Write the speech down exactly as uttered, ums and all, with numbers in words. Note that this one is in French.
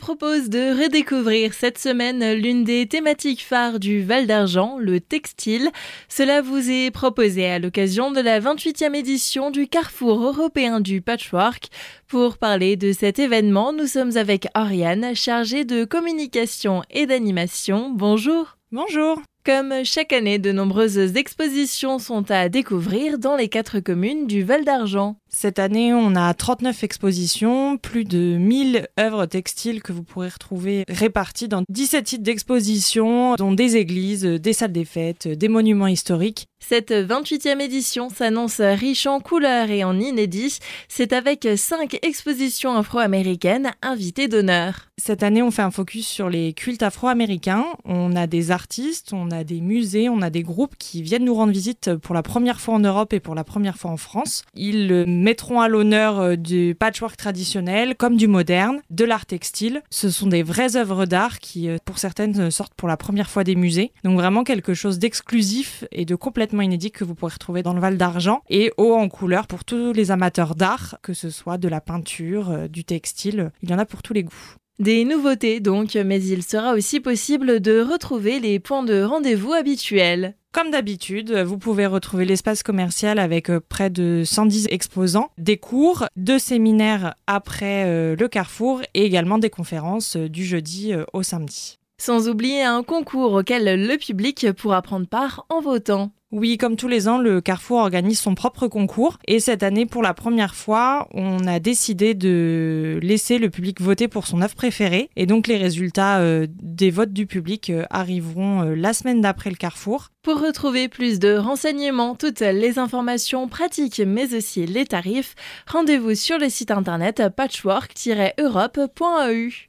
propose de redécouvrir cette semaine l'une des thématiques phares du Val d'Argent, le textile. Cela vous est proposé à l'occasion de la vingt-huitième édition du Carrefour européen du patchwork. Pour parler de cet événement, nous sommes avec Oriane, chargée de communication et d'animation. Bonjour. Bonjour. Comme chaque année, de nombreuses expositions sont à découvrir dans les quatre communes du Val d'Argent. Cette année, on a trente-neuf expositions, plus de mille œuvres textiles que vous pourrez retrouver réparties dans dix-sept sites d'exposition, dont des églises, des salles des fêtes, des monuments historiques. Cette vingt-huitième édition s'annonce riche en couleurs et en inédits. C'est avec cinq expositions afro-américaines invitées d'honneur. Cette année, on fait un focus sur les cultes afro-américains. On a des artistes, on a des musées, on a des groupes qui viennent nous rendre visite pour la première fois en Europe et pour la première fois en France. Ils mettront à l'honneur du patchwork traditionnel comme du moderne, de l'art textile. Ce sont des vraies œuvres d'art qui, pour certaines, sortent pour la première fois des musées. Donc vraiment quelque chose d'exclusif et de complètement inédit que vous pourrez retrouver dans le Val d'Argent et haut en couleur pour tous les amateurs d'art, que ce soit de la peinture, du textile, il y en a pour tous les goûts. Des nouveautés donc, mais il sera aussi possible de retrouver les points de rendez-vous habituels. Comme d'habitude, vous pouvez retrouver l'espace commercial avec près de cent dix exposants, des cours, deux séminaires après le Carrefour et également des conférences du jeudi au samedi. Sans oublier un concours auquel le public pourra prendre part en votant. Oui, comme tous les ans, le Carrefour organise son propre concours. Et cette année, pour la première fois, on a décidé de laisser le public voter pour son œuvre préférée. Et donc, les résultats euh, des votes du public euh, arriveront euh, la semaine d'après le Carrefour. Pour retrouver plus de renseignements, toutes les informations pratiques, mais aussi les tarifs, rendez-vous sur le site internet patchwork tiret europe point e u.